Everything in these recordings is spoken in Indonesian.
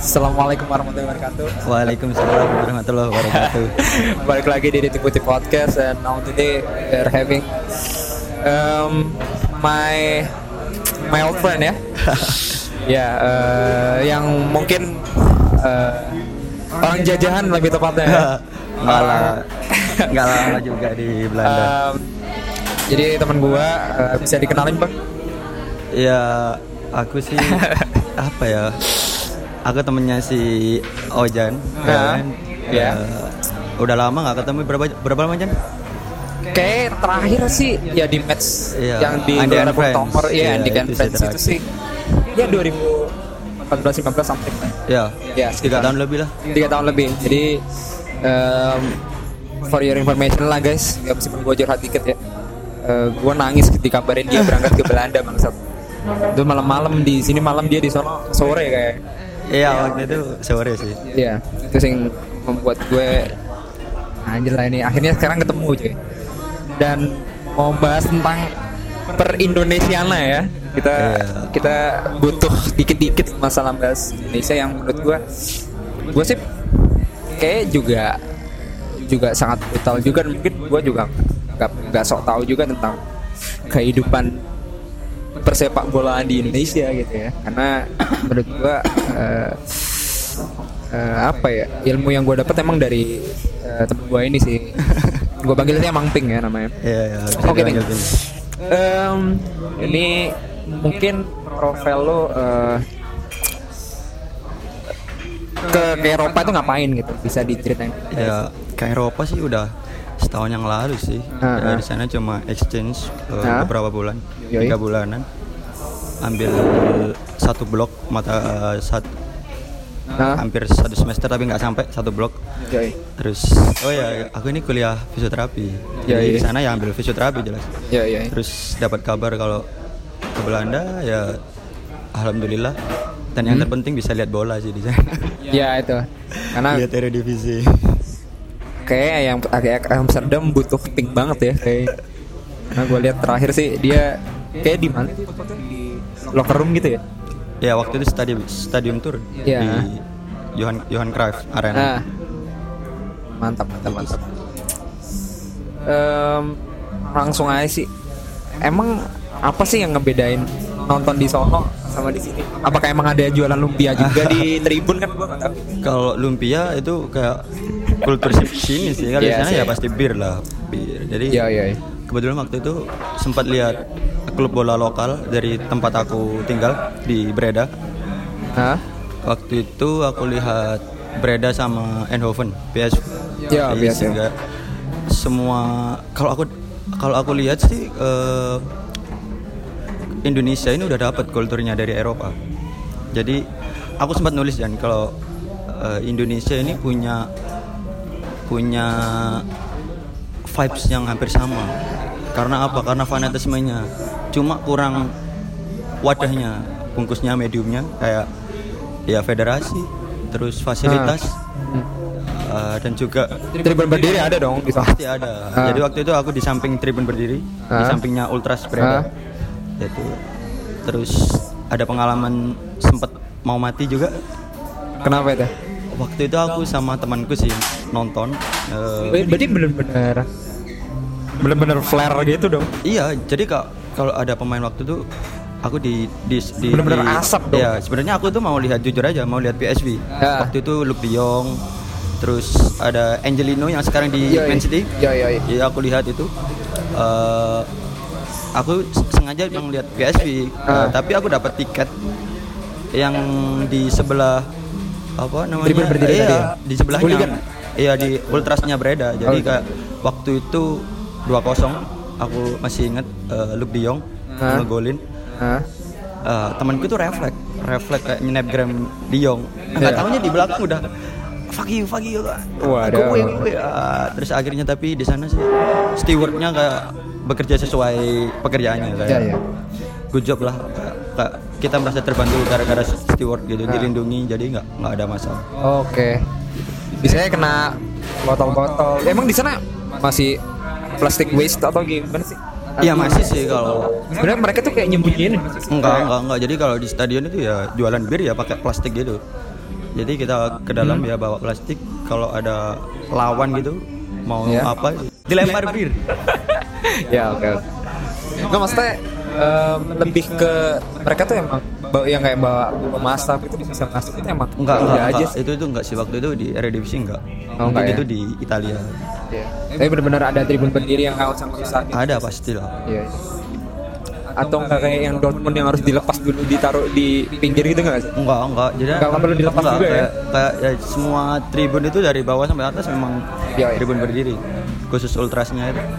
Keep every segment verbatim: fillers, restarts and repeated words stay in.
Assalamualaikum warahmatullahi wabarakatuh. Waalaikumsalam warahmatullahi wabarakatuh. Balik lagi di Detik Putih Podcast, and now today we are having um, my my old friend ya. Ya, uh, yang mungkin uh, orang jajahan lebih tepatnya. Ya. Nggak lah, nggak lama juga di Belanda. Um, jadi teman gua uh, bisa dikenalin bang? Ya, aku sih apa ya? Aku temennya si Ojan, Nah, kan? ya. Uh, udah lama nggak ketemu, berapa berapa lama Jan? Kayak terakhir sih ya di match Iya, yang di Andy and Gelora Bung Friends. Tomer, ya Iya, Andy and itu sih Friends itu terakhir. sih ya dua ribu empat belas lima belas something. Ya, Ya, tiga sekitar. tahun lebih lah. Tiga tahun lebih. Jadi um, for your information lah guys, ya meskipun gue curhat dikit ya, uh, gue nangis ketika kabarin dia berangkat ke Belanda bangsat. Itu malam-malam di sini, malam dia di sono sore kayak. Iya, waktu itu sore sih. Iya, itu yang membuat gue anjir lah ini. Akhirnya sekarang ketemu cuy. Dan mau bahas tentang per-Indonesiana ya. Kita Iya. kita butuh dikit-dikit masalah bahas Indonesia yang menurut gue gue sih kayak juga juga sangat brutal juga, dan mungkin gue juga nggak nggak sok tahu juga tentang kehidupan persepak bolaan di Indonesia gitu ya, karena menurut gue uh, uh, apa ya, ilmu yang gue dapat emang dari uh, temen gue ini sih. Gue panggilnya Mang Ping ya namanya. Iya, ya. Oke nih. Um, ini mungkin profil lo uh, ke, ke Eropa itu ngapain gitu, bisa diceritain? Ya, ke Eropa sih udah setahun yang lalu sih. Ah, Ya, ah. di sana cuma exchange uh, Ah. beberapa bulan, Yoi. tiga bulanan. Ambil satu blok mata uh, sat, Hah? hampir satu semester tapi nggak sampai satu blok. Yoi. Terus oh ya, aku ini kuliah fisioterapi. Jadi Yoi. di sana ya ambil fisioterapi jelas. Ya ya. Terus dapat kabar kalau ke Belanda ya, alhamdulillah. Dan yang Hmm. terpenting bisa lihat bola sih di sana. Ya itu, karena Lihat Eredivisie. kayak yang kayak Amsterdam butuh pink banget ya kayak. Nah gue lihat terakhir sih dia kayak di mana sih fotonya, di locker room gitu ya. Ya waktu itu stadium stadium tour Iya. di Johan Johan Cruyff Arena. Ah, mantap mantap mantap. Em, langsung aja sih. Emang apa sih yang ngebedain nonton di sono sama di sini? Apakah emang ada jualan lumpia juga di tribun kan gua nggak tahu. Kalau lumpia itu kayak kultur sini sih. Kalau di Iya sana sih. ya pasti bir lah, bir. Jadi Iya iya. kebetulan waktu itu sempat lihat klub bola lokal dari tempat aku tinggal di Breda. Hah? Waktu itu aku lihat Breda sama Eindhoven, P S V. Ya, Jadi P S V. sehingga semua kalau aku kalau aku lihat sih eh, Indonesia ini udah dapat kulturnya dari Eropa. Jadi aku sempat nulis kan kalau eh, Indonesia ini punya punya vibes yang hampir sama. Karena apa? Karena fanatismenya. Cuma kurang wadahnya, bungkusnya, mediumnya kayak ya federasi, terus fasilitas, uh, dan juga Tribun berdiri ada dong di sana. pasti ada. Ah. Jadi waktu itu aku di samping tribun berdiri, di Ah. sampingnya Ultras Ah. Breda. Itu. Terus ada pengalaman sempat mau mati juga. Kenapa itu? Waktu itu aku sama temanku sih nonton. uh, Eh, Berarti bener-bener bener-bener flare gitu dong. Iya, jadi kak kalau ada pemain waktu itu aku di di, di Bener-bener di- asap dong. Iya, sebenarnya aku tuh mau lihat, jujur aja mau lihat P S V. Ya. Waktu itu Luke De Jong, terus ada Angelino yang sekarang di Yoi. Man City. Yoi, yoi. Iya, aku lihat itu. Eh, aku s- sengaja mau lihat P S V, Ah. eh, tapi aku dapat tiket yang di sebelah apa namanya? Tribun berdiri iya, tadi ya? di sebelahnya. Hooligan? Iya, di Ultrasnya Breda. Jadi Oh, kayak waktu itu dua kosong, aku masih ingat uh, Luke De Jong Hah? ngegolin. Hah? Uh, temanku tuh refleks, refleks kayak snapgram De Jong. Enggak Iya. tahunya di belakang udah fuck you, fuck you. Waduh. Gue, gue. Ah, terus akhirnya tapi di sana sih stewardnya kayak bekerja sesuai pekerjaannya kayak. Iya, iya. Good job lah. Kayak- kayak kita merasa terbantu gara-gara steward gitu, Ah. dilindungi, jadi nggak nggak ada masalah. Oke. Biasanya kena botol-botol. Emang di sana masih plastic waste atau gimana sih? Iya masih sih kalau Sebenarnya mereka tuh kayak nyembunyiin. enggak enggak enggak jadi kalau di stadion itu ya jualan bir ya pakai plastik gitu. Jadi kita ke dalam ya bawa plastik. Kalau ada lawan gitu mau Ya. apa dilempar bir. Ya oke. oke. Nggak maksudnya em, lebih ke mereka tuh emang bawa yang kayak bawa masak itu bisa masuk itu emang Enggak, udah enggak, aja enggak. sih. Itu itu enggak sih waktu itu di Eredivisie enggak. Oh, Mungkin enggak ya? itu di Italia. Iya. Tapi benar-benar ada tribun berdiri yang nggak usah rusak. Gitu. Ada pasti lah. Iya. Atau enggak kayak yang Dortmund yang harus dilepas dulu ditaruh di pinggir gitu enggak sih? Enggak, enggak. Jadi Enggak, enggak perlu dilepas enggak, juga ya? kayak, kayak ya, semua tribun itu dari bawah sampai atas memang Iya, iya. tribun berdiri. Khusus ultrasnya itu.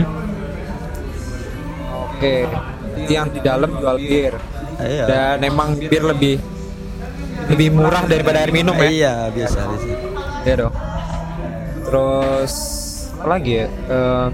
Oke. Itu yang di dalam jual bir. Eh, iya. Dan emang bir lebih lebih murah daripada air minum ya. Iya, biasa biasa. Iya dong. Terus apa lagi ya? Eh,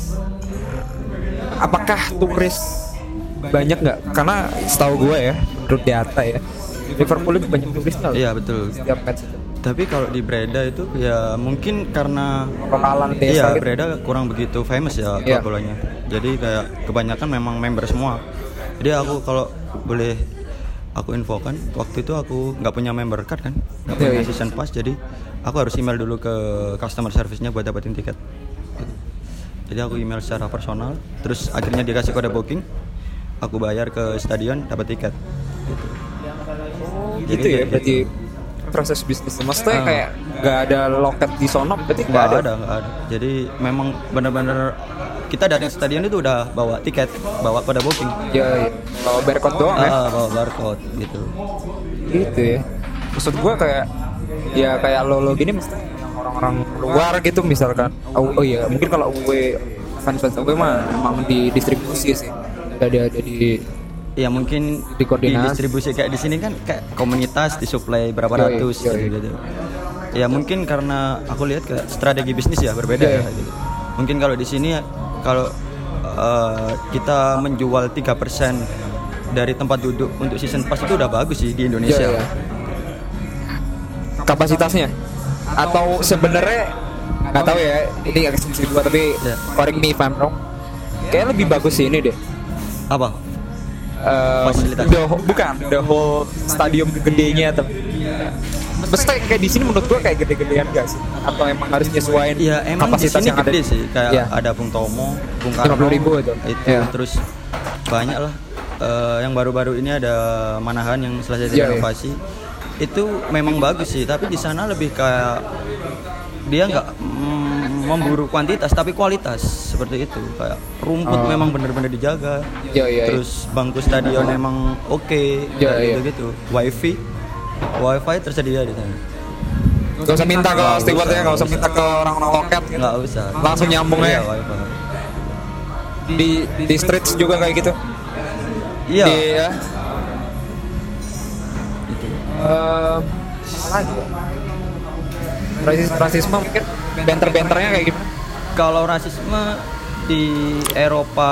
apakah turis banyak nggak? Karena setahu gue ya, menurut data ya, Liverpool itu banyak turisnya loh. Iya, betul. Setiap match itu. Tapi kalau di Breda itu ya mungkin karena Lokalan desa iya, gitu. Breda kurang begitu famous ya Iya. klub bolanya. Jadi kayak kebanyakan memang member semua. Jadi aku kalau boleh aku infokan, waktu itu aku nggak punya member card kan, nggak punya Iya, iya. season pass, jadi aku harus email dulu ke customer service-nya buat dapetin tiket. Jadi aku email secara personal, terus akhirnya dikasih kode booking, aku bayar ke stadion dapat tiket. Gitu. Gitu ya, berarti proses bisnis. Maksudnya Ah. kayak nggak ada loket di sono, berarti Nggak ada, nggak ada. Jadi memang benar-benar kita datang ke stadion itu udah bawa tiket, bawa kode booking. Ya, ya. Bawa barcode doang ya. Ah, bawa barcode gitu. Gitu ya. Maksud gua kayak ya kayak lo lo gini mesti yang orang-orang luar gitu misalkan. Oh, oh iya, mungkin kalau U W fans-fans U W mah emang didistribusi sih. Ada ada di Ya mungkin Dikoordinasi. didistribusi kayak di sini kan kayak komunitas disuplai berapa Yoi, ratus yoi. gitu, gitu. Ya mungkin karena aku lihat ke strategi bisnis ya berbeda Iya, ya. iya. Gitu. Mungkin kalau di sini kalau eh, kita menjual tiga persen dari tempat duduk untuk season pass itu udah bagus sih di Indonesia. Iya, iya. Kapasitasnya atau sebenarnya nggak tahu ya, ini asumsi gua tapi Iya. correct me if I'm wrong. Kayak lebih bagus sih ini deh. Apa? Eh, Fasilitas. the whole- bukan the whole stadium gedenya tapi mesti kayak di sini menurut gua kayak gede-gedean gak sih? Atau emang harus nyesuaiin Ya emang di kapasitas sini yang ada gede di- sih, kayak Iya. ada Bung Tomo, Bung lima Karno, puluh ribu itu. itu Iya. terus banyak lah. Eh, yang baru-baru ini ada Manahan yang selesai Iya, direnovasi. Itu memang bagus sih, tapi di sana lebih kayak dia nggak mm, memburu kuantitas tapi kualitas seperti itu. Kayak rumput Oh. memang benar-benar dijaga. Iya, iya, Terus bangku stadion emang oke, Iya, kayak iya. gitu-gitu. Wifi, wifi tersedia di sana. Gak usah minta ke Nggak stewardnya, usah. gak usah minta ke orang-orang loket gitu. Nggak usah. Langsung nyambung Iya, aja. wifi. Di di streets juga kayak gitu. Iya. Di, ya. Itu. Eh, apa lagi ya? Rasis, rasisme mungkin banter-banternya kayak gimana? Kalau rasisme di Eropa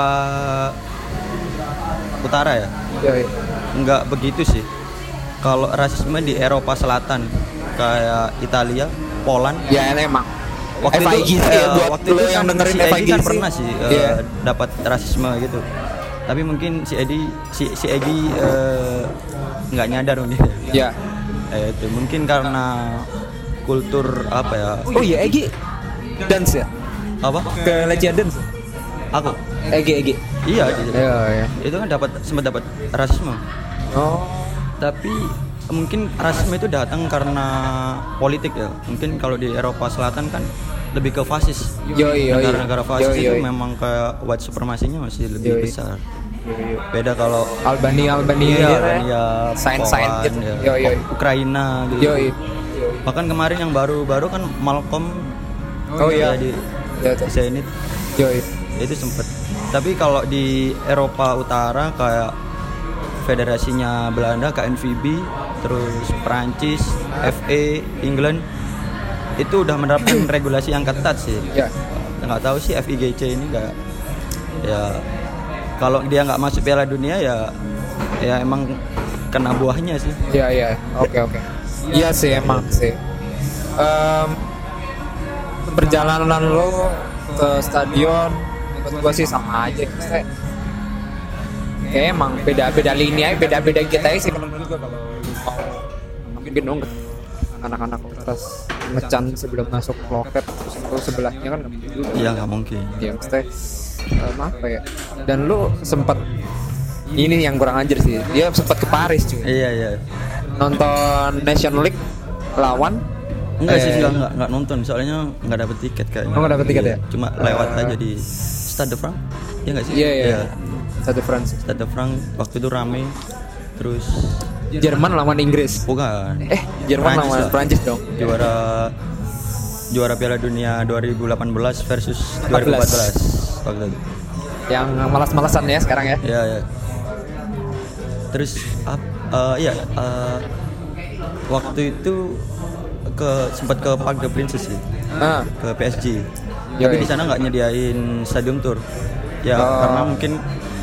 Utara ya, Iya, iya. nggak begitu sih. Kalau rasisme di Eropa Selatan kayak Italia, Poland, Ya emang. waktu F I G itu sih ya, eh, buat waktu lo itu yang kan dengerin si F I Edi G kan sih. pernah sih eh, Iya. dapat rasisme gitu. Tapi mungkin si Edi si si Edi eh, nggak nyadar mungkin. Ya. Eh, itu mungkin karena kultur apa ya? Oh iya, Egi dance ya? Apa? Ke Legia Dance. Aku. Egi Egi. Iya, iya. Iya, iya. Itu kan dapat sempat dapat rasisme. Oh. Tapi mungkin rasisme itu datang karena politik ya. Mungkin kalau di Eropa Selatan kan lebih ke fasis. Yoi, yoi. Negara-negara fasis Yoi, itu yoi. memang kayak white supremasinya masih lebih Yoi. besar. Beda kalau Albania Albania iya, gitu ya. Albania, Sign-sign Poland, gitu. ya, Yoi, yoi. Ukraina gitu. Yoi. Bahkan kemarin yang baru-baru kan Malcolm Oh iya. di Ya, tuh. di Zenit Yoi. itu sempet. Tapi kalau di Eropa Utara kayak federasinya Belanda K N V B, terus Prancis, F A, England itu udah menerapkan regulasi yang ketat sih. Ya. Nggak tahu sih F I G C ini kayak ya kalau dia nggak masuk Piala Dunia ya ya emang kena buahnya sih. Iya, iya. Oke, oke. Iya sih emang sih. Em, perjalanan lo ke stadion menurut gua sih sama aja. Maksudnya, kayak emang beda-beda lini aja, beda-beda kita aja sih kalau menurut gua kalau mau mungkin dong anak-anak kelas ngecan sebelum masuk loket terus lu sebelahnya kan nggak mungkin juga. Iya nggak mungkin. Ya maksudnya um, apa ya? Dan lu sempat ini yang kurang anjir sih. Dia sempat ke Paris cuy. Iya iya. Nonton Nation League lawan Enggak eh, sih enggak, enggak enggak nonton soalnya nggak dapet tiket kayaknya. Oh, nggak dapet tiket ya? Cuma lewat Uh, aja di Stade de France. Iya nggak sih? Iya iya. Satu France. Stade de France waktu itu rame. Terus Jerman lawan Inggris. bukan. Eh, Jerman Prancis lawan lah. Prancis dong. Juara juara Piala Dunia dua ribu delapan belas versus dua ribu empat belas waktu itu. Yang malas-malasan ya sekarang ya. Iya ya. Terus up, uh, iya uh, waktu itu ke sempat ke Parc des Princes sih, Nah, ke P S G. Yoi. Tapi di sana nggak nyediain stadium tour. Ya Oh. karena mungkin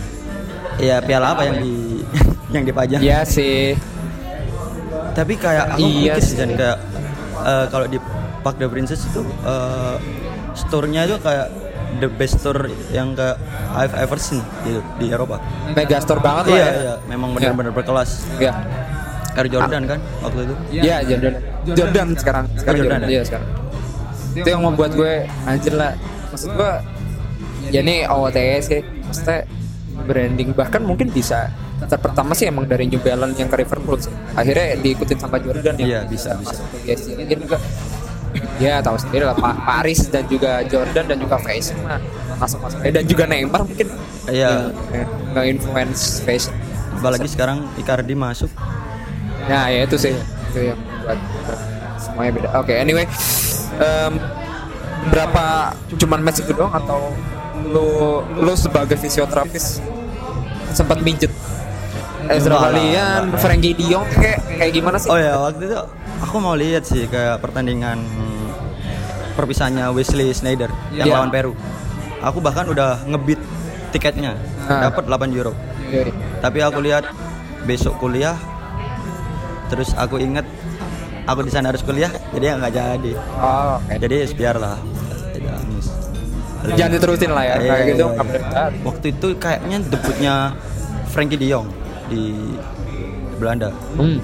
ya piala apa yang di yang dipajang. iya sih. Tapi kayak aku Iya mikir sih sih. Jan, kayak uh, kalau di Parc des Princes itu uh, store-nya itu kayak the best store yang kayak I've ever seen di, di Eropa. Megastore banget lah Iya ya. iya, memang benar-benar berkelas. Iya. Air Jordan kan waktu itu. Iya, Jordan. Jordan sekarang. Sekarang Jordan, Jordan. Iya, sekarang. Itu yang membuat gue anjir lah. Maksud gue ya ini O O T S sih. Maksudnya branding bahkan mungkin bisa start pertama sih emang dari New Balance yang ke Liverpool sih. Akhirnya diikutin sama Jordan yang Iya, bisa, bisa. masuk ke G S C. Mungkin juga ya tahu sendiri lah Pa- Paris dan juga Jordan dan juga fashion lah masuk-masuk dan juga Neymar mungkin Iya. nggak influence fashion. Apalagi sekarang Icardi masuk. Nah ya itu sih itu yang buat semuanya beda. Oke, anyway, em, berapa cuman match itu doang atau lu lu sebagai fisioterapis sempat minjet Ezra Enggak lah, Walian, enggak. Frankie De Jong kayak kayak gimana sih? Oh ya, waktu itu aku mau lihat sih kayak pertandingan perpisahannya Wesley Sneijder yang Iya. lawan Peru. Aku bahkan udah ngebit tiketnya, Ah. dapat delapan euro. Yoi. Tapi aku lihat besok kuliah, terus aku inget aku di sana harus kuliah, jadi ya nggak jadi. Oh, oke. Jadi biarlah. Tidak nangis. Jangan diterusin lah ya, Iya, kayak gitu iya, nggak iya. benar. Waktu itu kayaknya debutnya Frankie De Jong di Belanda. Hmm.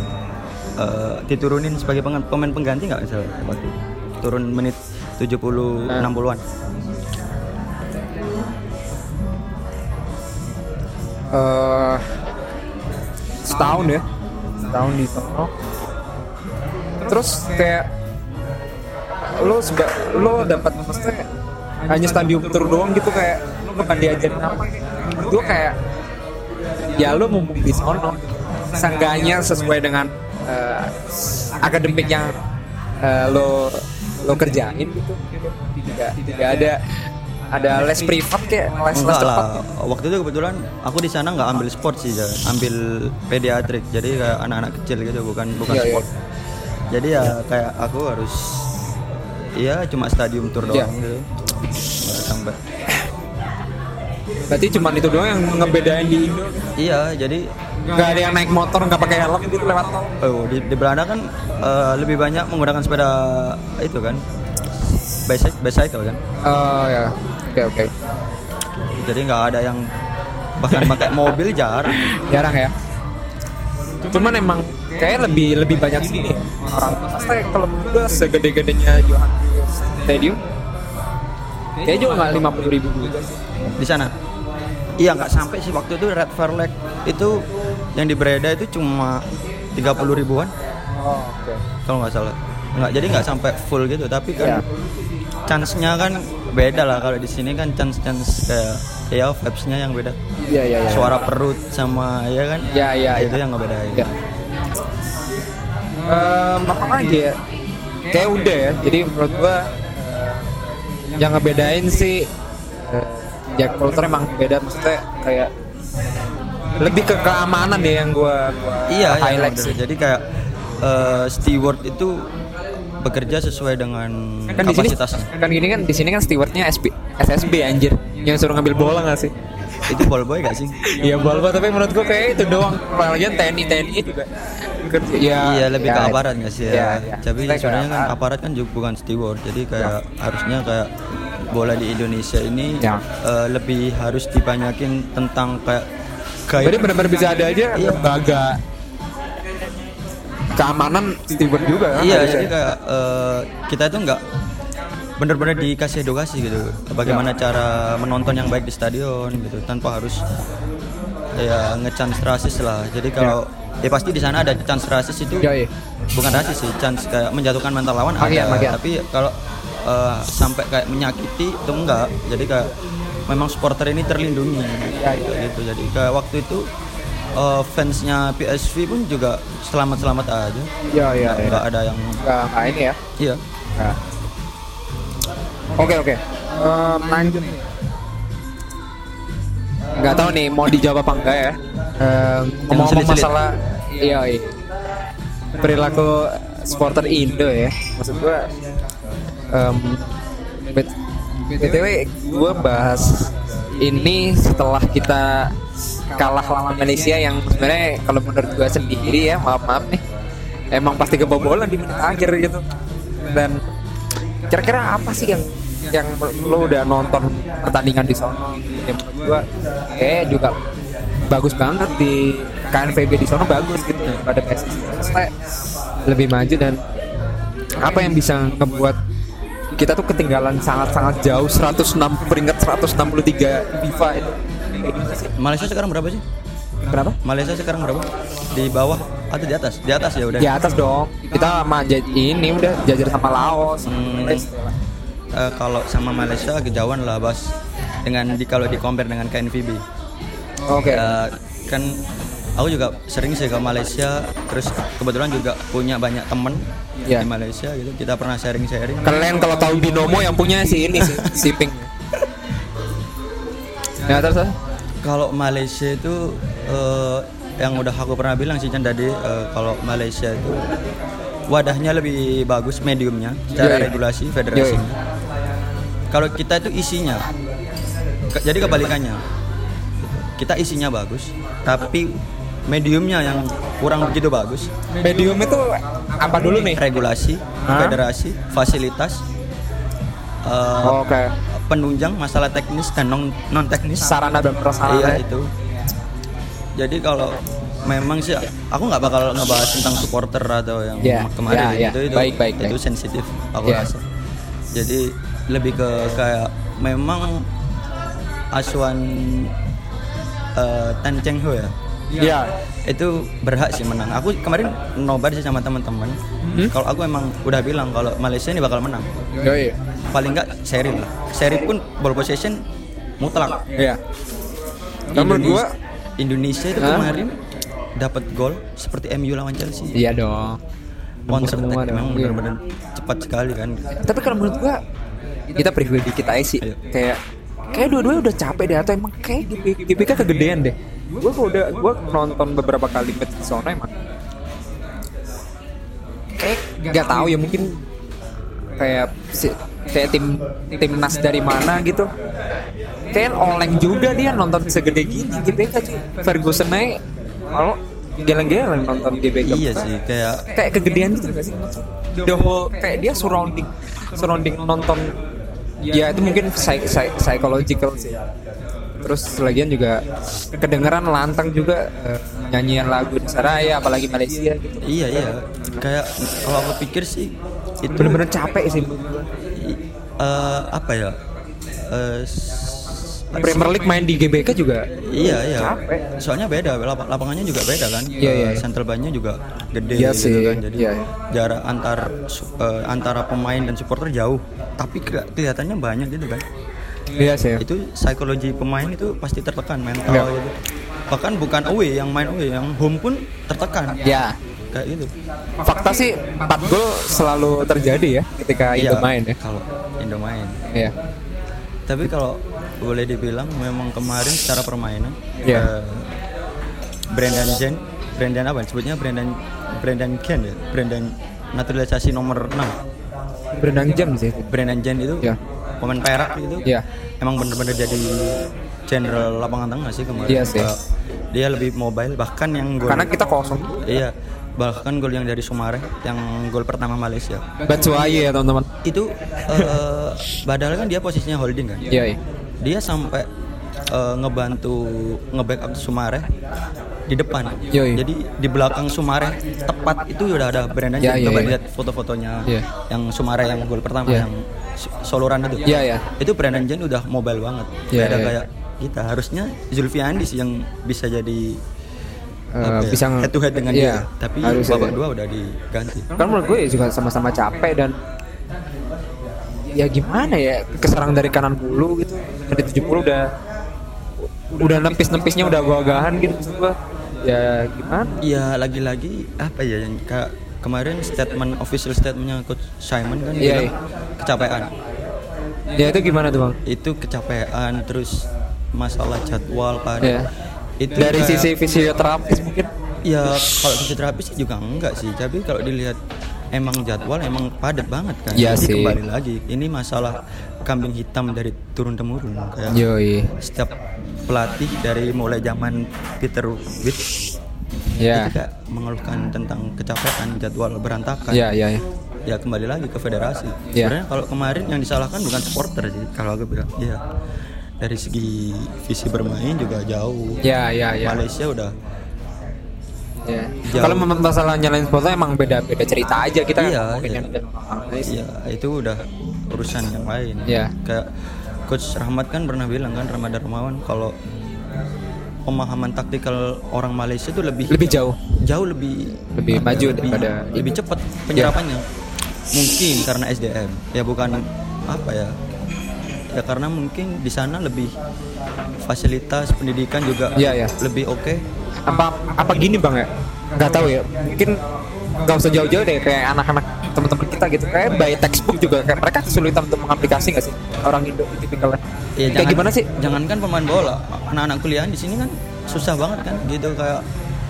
Eh, diturunin sebagai pengen- pemain pengganti nggak misalnya waktu itu? Turun menit tujuh puluh Nah. enam puluhan. Eh, setahun ya, setahun di sono. Terus kayak lo seba, lo dapat maksudnya hanya stadium tour doang gitu kayak lo bukan diajarin apa? Gue kayak ya lo mumpung di sono, seenggaknya sesuai dengan eh, akademik yang eh, lo lo kerjain gitu. Tidak tidak ada ada les privat kayak les les Enggak cepat. lah. Waktu itu kebetulan aku di sana nggak ambil sport sih, Jan. Ambil pediatrik. Jadi kayak anak-anak kecil gitu, bukan bukan Iya, iya. sport. Jadi ya kayak aku harus iya cuma stadium tour doang Iya. gitu. Nggak sampai. Berarti cuma itu doang yang ngebedain di Indo. Iya, jadi Nggak ada yang naik motor nggak pakai helm gitu lewat tol. oh, di, di Belanda kan eh, lebih banyak menggunakan sepeda itu kan. Bicycle, bicycle kan. Oh ya, oke oke. Jadi nggak ada yang bahkan pakai mobil jarang. Jarang ya. Cuman emang kayak lebih lebih banyak sini orang. Pasti kalau menurut gua segede-gedenya Johan Stadium, kayak juga nggak lima puluh ribu juga sih. Di sana. Iya nggak sampai sih waktu itu Red Flag itu yang di Breda itu cuma tiga puluh ribuan Oh oke. kalau nggak salah. Nggak, jadi nggak sampai full gitu, tapi Iya. kan chance-nya kan beda lah. Kalau di sini kan chance-chance kayak ya vibes-nya yang beda. Iya iya iya. Suara perut sama ya kan. Iya iya. Itu yang ngebedain. Ya. Um, apa lagi ya? Kayak udah ya. Jadi menurut gua eh, yang ngebedain sih uh, Jack Culture emang beda, maksudnya kayak lebih ke keamanan ya yang gua, gua Iya, iya, highlight bener. sih. Jadi kayak eh, steward itu bekerja sesuai dengan Kan di sini kapasitasnya. kan gini kan di sini kan stewardnya S B, S S B anjir yang suruh ngambil bola nggak sih? Itu ball boy gak sih? Iya bola tapi menurut gua kayak itu doang. Apalagi T N I T N I juga kerja. Ya, iya lebih ya, ke aparat nggak sih ya? ya, ya. Tapi Kita ke sebenarnya kan aparat. aparat kan juga bukan steward. Jadi kayak harusnya kayak bola di Indonesia ini Ya. eh, lebih harus dibanyakin tentang kayak gaya. Jadi benar-benar bisa ada aja Iya. lembaga keamanan Steven juga kan? Iya, harusnya. jadi kayak uh, kita itu nggak benar-benar dikasih edukasi gitu, bagaimana cara menonton yang baik di stadion gitu, tanpa harus ya nge-chance rasis lah. Jadi kalau ya, ya pasti di sana ada chance rasis itu, ya, ya. bukan rasis sih, chance kayak menjatuhkan mental lawan Makian, ada, makian. tapi kalau uh, sampai kayak menyakiti itu enggak. Jadi kayak memang supporter ini terlindungi ya, ya. gitu. Jadi kayak waktu itu uh, fansnya P S V pun juga selamat-selamat aja. Iya, iya, nggak, iya. nggak ada yang Nggak, nggak ini ya. iya. Nah. Oke oke. Um, lanjut. Nggak tahu nih mau dijawab apa enggak ya. Um, ngomong-ngomong sulit-sulit. masalah iya, iya. perilaku supporter Indo ya. Maksud gua um, B T W gua bahas ini setelah kita kalah lawan Malaysia yang sebenarnya kalau menurut gua sendiri ya, maaf maaf nih, emang pasti kebobolan di menit akhir gitu. Dan kira-kira apa sih yang yang lo udah nonton pertandingan di sono yang menurut gua kayak juga bagus banget di K N V B di sono, bagus gitu pada P S S lebih maju, dan apa yang bisa ngebuat kita tuh ketinggalan sangat-sangat jauh seratus enam peringkat seratus enam puluh tiga FIFA itu. Malaysia sekarang berapa sih? Kenapa? Malaysia sekarang berapa? Di bawah atau di atas? Di atas ya udah. Di atas dong. Kita sama j- ini udah jajar sama Laos. Hmm, uh, kalau sama Malaysia kejauhan lah bos. Dengan di kalau di compare dengan K N V B. Oke. Uh, kan aku juga sering sih ke Malaysia, terus kebetulan juga punya banyak temen Yeah. di Malaysia gitu. Kita pernah sharing-sharing. Kalian kalau tahu Binomo yang punya si ini sih, si Pink. Ya terus. Kalau Malaysia itu uh, yang udah aku pernah bilang sih Chan tadi, uh, kalau Malaysia itu wadahnya lebih bagus, mediumnya secara Yeah, yeah. regulasi federasinya. Yeah, yeah. Kalau kita itu isinya, ke- jadi kebalikannya. Kita isinya bagus, tapi mediumnya yang kurang begitu bagus. Medium itu apa dulu nih? Regulasi, Hah? federasi, fasilitas, uh, Oke. penunjang, masalah teknis dan non non teknis. Sarana dan prasarana. Iya itu. Jadi kalau memang sih aku nggak bakal ngebahas tentang supporter atau yang Yeah, kemarin yeah, itu yeah. itu Baik, baik, itu baik. sensitif aku Yeah. rasa. Jadi lebih ke kayak memang asuhan uh, Tan Cheng Ho ya. Iya. Itu berhak sih menang. Aku kemarin nobar sih sama teman-teman. Hmm? Kalau aku emang udah bilang kalau Malaysia ini bakal menang. Yoi. Paling enggak seri lah. Seri pun ball possession mutlak. Iya. Dan menurut gua Indonesia itu Hah? kemarin dapat gol seperti M U lawan Chelsea. iya dong. Counter Semua attack dong. memang Iya. benar-benar cepat sekali kan. Tapi kalau menurut gua kita preview dikit aja sih. Ayo. Kayak kayak dua-duanya udah capek deh, atau emang kayak G P K kegedean deh. Gua kalau udah gua nonton beberapa kali match di sono emang kayak nggak tahu ya, mungkin kayak si, kayak tim timnas dari mana gitu. Kayak oleng juga dia nonton segede gini G P K cuy. Ferguson aja kalau geleng-geleng nonton G P K. Iya sih kayak Kayak kegedean gitu gak sih? The whole kayak dia surrounding surrounding nonton, ya itu mungkin psy- psy- psychological sih. Terus lagian juga kedengeran lantang juga eh, nyanyian lagu di Saraya, apalagi Malaysia gitu. iya iya kayak kalau aku pikir sih itu Bener-bener capek sih. i- eh, apa ya? Eh, s- Premier League main di G B K juga. Iya iya. Capek. Soalnya beda, lap- lapangannya juga beda kan. Iya, iya, Eh, iya. Central ban-nya juga gede Iya gitu sih, kan. Jadi iya, iya. jarak antar su- eh, antara pemain dan supporter jauh, tapi ke- kelihatannya banyak gitu kan. Iya sih. Itu psikologi pemain itu pasti tertekan mental Iya. gitu. Bahkan bukan away, yang main away, yang home pun tertekan. Ya, Kayak gitu. fakta sih empat gol selalu terjadi ya ketika Indo main ya. Kalau Indo main. Iya. Tapi kalau boleh dibilang memang kemarin secara permainan Iya. eh, Brendan Jen, Brendan apa? Sebutnya Brendan Brendan Ken ya, Brendan naturalisasi nomor enam. Berenang jam sih. Brendan Jen itu Iya. pemain perak gitu. Iya. Emang bener-bener jadi general lapangan tengah sih kemarin. Iya sih. Eh, dia lebih mobile, bahkan yang gol. Karena kita kosong. Iya. Bahkan gol yang dari Sumare, yang gol pertama Malaysia. Bacuaye ya teman-teman. Itu eh, padahal kan dia posisinya holding kan. Iya. Iya. Dia sampai eh, ngebantu nge-backup Sumare di depan. Yoi. Jadi di belakang Sumare tepat itu udah ada Brandon Ya, Jen. ya, Coba ya. lihat foto-fotonya Ya. yang Sumare yang gol pertama Ya. yang so- soloran itu. Ya, ya. Itu Brandon Jen udah mobile banget. Ya, Beda ya. kayak kita. Harusnya Zulfiandi sih yang bisa jadi Eh, apa ya, bisa nge- head to head dengan iya, dia. Tapi harusnya, babak ya. dua udah diganti. Kan menurut gue juga sama-sama capek dan ya gimana ya, keserang dari kanan dulu gitu. Dari tujuh puluh udah udah nempis-nempisnya udah gagahan gitu maksud gue. Ya gimana? Ya lagi-lagi apa ya yang kayak kemarin statement official statementnya coach Simon kan Iya, bilang iya. kecapean. Ya itu gimana tuh bang? Itu kecapean terus masalah jadwal kan. Ya. Itu Dari kayak- sisi fisioterapis mungkin. ya kalau fisioterapis sih juga enggak sih, tapi kalau dilihat emang jadwal emang padat banget kan. Iya Jadi sih. kembali lagi ini masalah kambing hitam dari turun temurun kayak Yoi. setiap pelatih dari mulai zaman Peter Witt Ya. itu kayak mengeluhkan tentang kecapean, jadwal berantakan. Ya, ya, ya. Ya kembali lagi ke federasi. Ya. Sebenarnya kalau kemarin yang disalahkan bukan supporter sih, kalau aku bilang. Ya dari segi visi bermain juga jauh. Ya, ya, ya. Malaysia udah Ya. Jauh. Kalau mem- masalah nyalain supporter emang beda-beda cerita aja kita Iya, ngomongin iya. yang dan orang Malaysia. ya itu udah urusan yang lain. Ya. Kayak coach Rahmat kan pernah bilang kan, Ramadan Rumawan, kalau pemahaman taktikal orang Malaysia itu lebih Lebih jauh. jauh lebih Lebih apa maju ya, lebih, daripada lebih cepat penyerapannya. Mungkin karena S D M ya, bukan apa ya ya karena mungkin di sana lebih fasilitas pendidikan juga Iya, iya. lebih oke. apa apa gini bang ya, nggak tahu ya, mungkin nggak usah jauh-jauh deh kayak anak-anak teman-teman kita gitu, kayak by textbook juga kayak mereka kesulitan untuk mengaplikasi nggak sih orang Indo tipikalnya. Ya, Kayak gimana sih? Jangankan pemain bola, anak-anak kuliah di sini kan susah banget kan gitu, kayak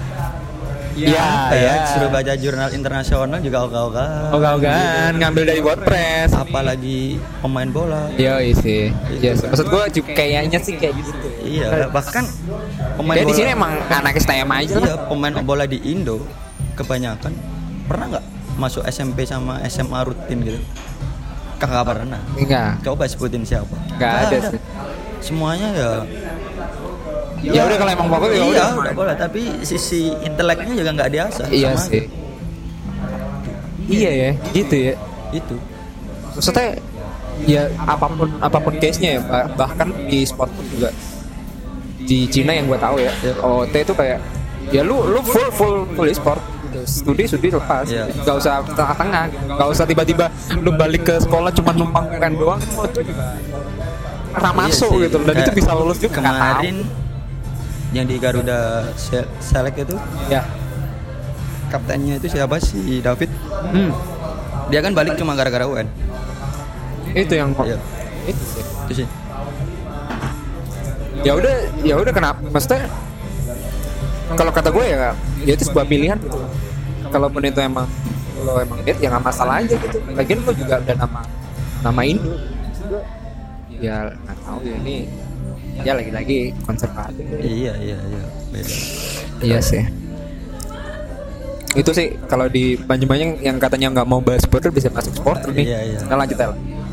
Ya, apa ya, ya. suruh baca jurnal internasional juga ogah-ogah. Ogah-ogahan ngambil dari WordPress. Apalagi pemain bola. Iya sih. Iya sih. Maksud gue juga kayaknya sih kayak gitu. Iya, bahkan pemain Kayak di bola. sini emang anak S T M aja lah. Iya, pemain bola di Indo kebanyakan pernah nggak masuk S M P sama S M A rutin gitu? Kakak pernah. Enggak. Coba sebutin siapa? Nggak ada sih. Semuanya ya. Ya udah kalau emang bagus ya iya, udah. udah boleh. Tapi sisi inteleknya juga nggak diasah. Iya sama sih. Iya ya, gitu ya. Itu. Maksudnya ya apapun apapun case-nya ya, bah- bahkan di sport pun juga di Cina yang gue tahu ya, O O T itu kayak ya lu lu full full full e-sport, studi studi lepas, Iya. nggak usah tengah-tengah, nggak usah tiba-tiba lu balik ke sekolah cuma numpang U N doang, itu pernah masuk Iya sih. gitu, dan itu Kayak bisa lulus juga. nggak tahu. Kemarin yang di Garuda Se- Select itu Ya, kaptennya itu siapa sih? David. hmm, Dia kan balik cuma gara-gara U N. itu yang Iya. itu sih. Itu sih. Ya udah, ya udah kenapa? Maksudnya kalau kata gue ya, ya itu sebuah pilihan gitu. Kalaupun itu emang lo emang lihat ya nggak masalah aja gitu. Lagian lo juga udah nama nama Indo. Ya nggak tahu ya ini. Ya lagi-lagi konservatif. Iya, iya, iya. Beda. Iya sih. Itu sih kalau di Banyu-Banyu yang katanya nggak mau bahas supporter bisa masuk supporter nih. Iya, iya. Kita lanjut ya.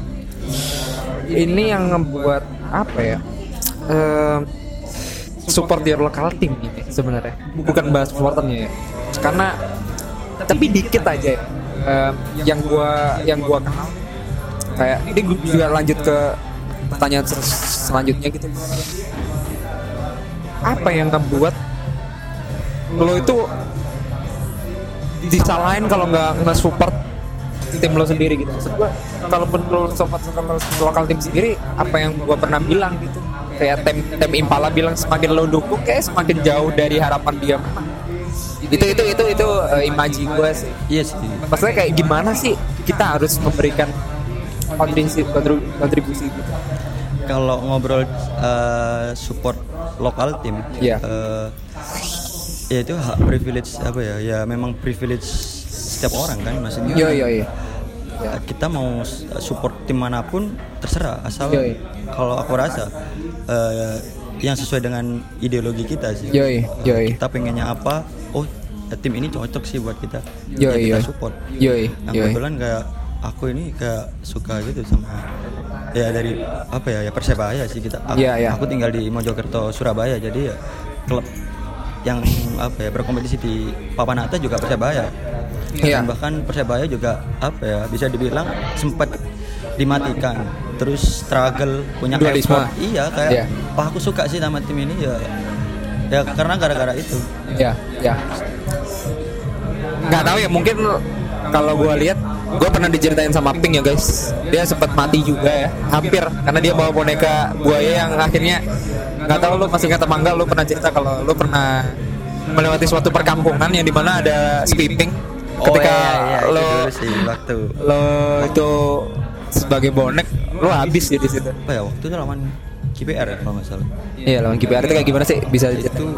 Ini yang ngebuat apa ya? Ehm, support your local team ini sebenarnya. Bukan bahas supporternya ya. Karena tapi dikit aja ya. Ehm, yang gua yang gua kenal kayak ini gua juga lanjut ke pertanyaan sel- selanjutnya gitu. Apa yang ngebuat lo itu disalahin kalau nggak nge-support tim lo sendiri gitu? Maksud gua, kalaupun lo support lokal tim sendiri, apa yang gua pernah bilang gitu, kayak tim tim Impala bilang semakin lo dukung kayak semakin jauh dari harapan dia menang. Itu itu itu itu uh, imaji gua sih. Iya sih. Maksudnya kayak gimana sih kita harus memberikan kontribusi kontribusi gitu. Kalau ngobrol eh, support lokal tim, Iya. eh, ya itu hak privilege apa ya? Ya memang privilege setiap orang kan, maksudnya. Yo yo yo. Ya, kita mau support tim manapun terserah, asal Yoi. kalau aku rasa eh, yang sesuai dengan ideologi kita sih. Yoi, yoi. Kita pengennya apa? Oh, tim ini cocok sih buat kita. Yoi, ya kita yoi. support. Yoi, Yang yoi. kebetulan kayak aku ini kayak suka gitu sama ya dari apa ya ya Persebaya sih kita. Aku, Iya, iya. aku tinggal di Mojokerto Surabaya, jadi ya klub yang apa ya berkompetisi di papan atas juga Persebaya. Iya. Dan bahkan Persebaya juga apa ya bisa dibilang sempat dimatikan, terus struggle punya Dualisme. effort. Iya kayak Iya. wah aku suka sih sama tim ini ya. Ya karena gara-gara itu. Ya, ya. Nggak tahu ya, mungkin kalau gue lihat, gue pernah diceritain sama Pink ya guys, dia sempat mati juga ya, hampir, karena dia bawa boneka buaya yang akhirnya nggak tahu lu masih ingat apa enggak, lu pernah cerita kalau lu pernah melewati suatu perkampungan yang dimana ada sweeping, ketika oh, iya, iya, itu lo dulu sih waktu lo itu sebagai bonek, lo habis ya di situ. apa ya waktu itu lawan K P R ya kalau nggak salah. Iya, lawan K P R itu kayak gimana sih? Bisa Itu diceritain?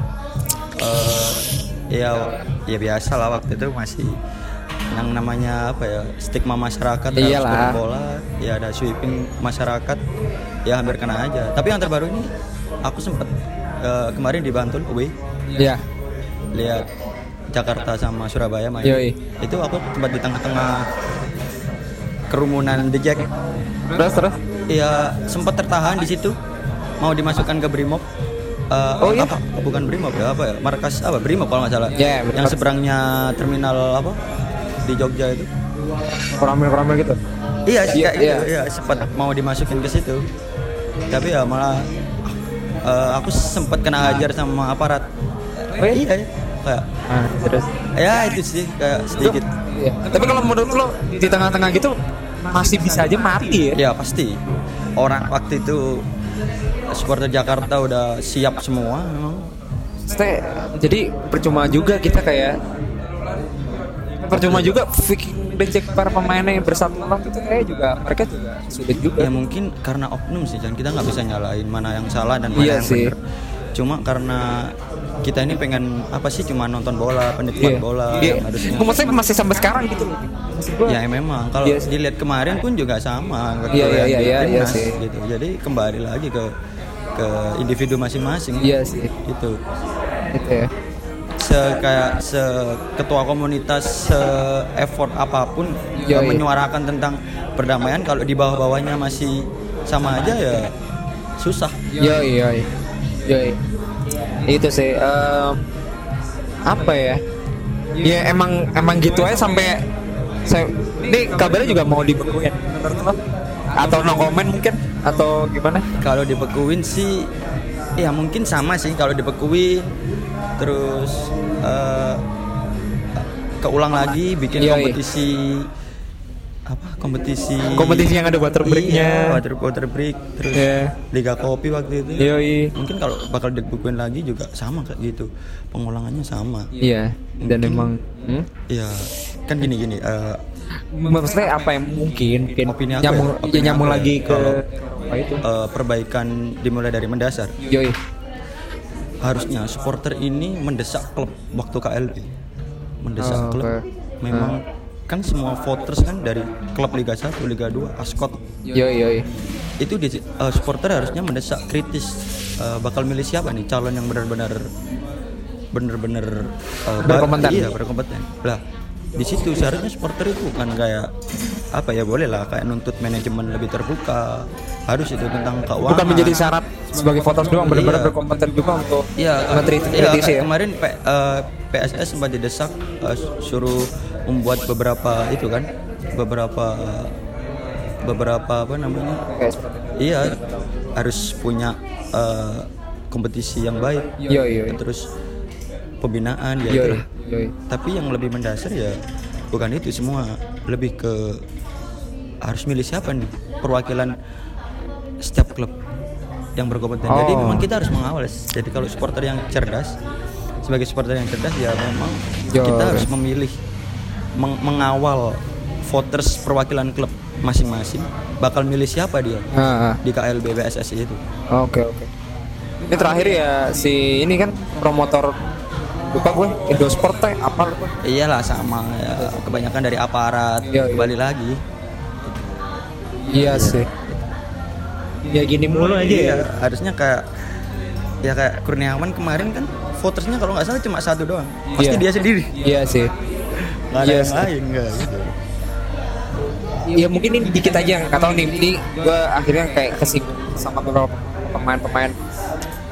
eh ya ya biasa lah waktu itu masih yang namanya apa ya stigma masyarakat terhadap Iyalah. sepak bola, ya ada sweeping masyarakat, ya hampir kena aja. Tapi yang terbaru ini aku sempat eh, kemarin di Bantul away Iya. lihat Jakarta sama Surabaya main. Yoi. Itu aku sempat di tengah-tengah kerumunan The Jack. Terus terus. Ya sempat tertahan di situ mau dimasukkan ke Brimob. Eh, Oh, iya? apa? Bukan Brimob ya apa ya? Markas apa? Brimob kalau nggak salah. Iya, Brimob. Yang seberangnya terminal apa? Di Jogja itu. Koramil-koramil gitu. Iya, sih, Iya, kayak iya. gitu. Iya, sempat mau dimasukin ke situ. Tapi ya malah eh, aku sempat kena hajar sama aparat. Oh, iya? Iya, iya. Kayak Nah, terus. ya itu sih kayak sedikit. Iya. Tapi kalau menurut lo di tengah-tengah gitu masih bisa aja mati ya? Ya pasti. Orang waktu itu supporter Jakarta udah siap semua memang. Maksudnya, jadi percuma juga kita kayak percuma juga bikin becek para pemainnya yang bersatu lawan itu kayak juga mereka juga sulit juga. Ya mungkin karena oknum sih, dan kita nggak bisa nyalain mana yang salah dan mana Iya yang sih. benar. Cuma karena kita ini pengen apa sih cuma nonton bola, penikmat Iya. bola Iya. yang harusnya. Maksudnya masih sampai sekarang gitu loh. Maksud gua, Ya memang kalau Iya sih. dilihat kemarin pun juga sama ke Iya, iya, yang iya, di iya, iya timnas, sih. gitu. Jadi kembali lagi ke ke individu masing-masing. Iya sih. Gitu. Gitu ya. Se kayak se ketua komunitas se effort apapun Yoi. eh, menyuarakan tentang perdamaian kalau di bawah-bawahnya masih sama aja ya susah. Yoi, yoi, yoi. Itu sih em, apa ya? Ya emang emang gitu aja sampai saya ini kabarnya juga mau dibekuin menurut lo? Atau no comment mungkin atau gimana? Kalau dibekuin sih ya mungkin sama sih kalau dibekuin terus eh, keulang lagi bikin Yoi. kompetisi apa kompetisi Kompetisi yang ada water break-nya. iya, water water break terus Iya. Liga Kopi waktu itu Yoi. mungkin kalau bakal dibekuin lagi juga sama kayak gitu pengulangannya sama Iya. Dan Mungkin- emang hmm? ya kan gini gini eh, maksudnya apa yang mungkin mungkin Opini aku nyambung ya, opini ya, nyambung aku ya. lagi ke Kalau- apa itu? eh, perbaikan dimulai dari mendasar. Yoi. Harusnya supporter ini mendesak klub waktu K L B, mendesak Oh, klub. oke. Memang kan semua voters kan dari klub Liga satu, Liga dua, Ascot. Yoi, yoi. Itu di, eh, supporter harusnya mendesak kritis eh, bakal milih siapa nih calon yang benar-benar benar-benar eh, ba- Berkompeten. Iya, berkompeten. Lah, di situ seharusnya supporter itu bukan kayak apa ya boleh lah kayak nuntut manajemen lebih terbuka. Harus itu tentang keuangan. Bukan menjadi syarat sebagai voters doang, benar-benar Iya. berkompeten juga untuk Iya, nge-treat- iya, kritisi ya. kemarin P, eh, P S S sempat didesak eh, suruh membuat beberapa itu kan, beberapa beberapa apa namanya? Kayak seperti itu. Iya, harus punya eh, kompetisi yang baik. Yoi, yoi. Terus pembinaan ya Yoi, itulah. yoi. Tapi yang lebih mendasar ya bukan itu semua, lebih ke harus milih siapa nih perwakilan setiap klub yang berkompeten. Jadi Oh. memang kita harus mengawal. Jadi kalau supporter yang cerdas, sebagai supporter yang cerdas ya memang Yo, kita oke. harus memilih meng- mengawal voters perwakilan klub masing-masing bakal milih siapa dia Ah, ah. di K L B P S S I itu. Oke, oke. Ini terakhir ya si ini kan promotor lupa gue Indosport teh apa lupa. Iyalah sama ya, kebanyakan dari aparat Iya, iya. kembali lagi. Iya sih. Ya gini mulu aja ya. Iya, harusnya kayak ya kayak Kurniawan kemarin kan votersnya kalau nggak salah cuma satu doang. Pasti Iya. dia sendiri. Iya sih. Nggak ada Iya yang sih. lain nggak gitu. Ya mungkin ini dikit aja nggak tahu nih. Ini gue akhirnya kayak kesinggung sama beberapa pemain-pemain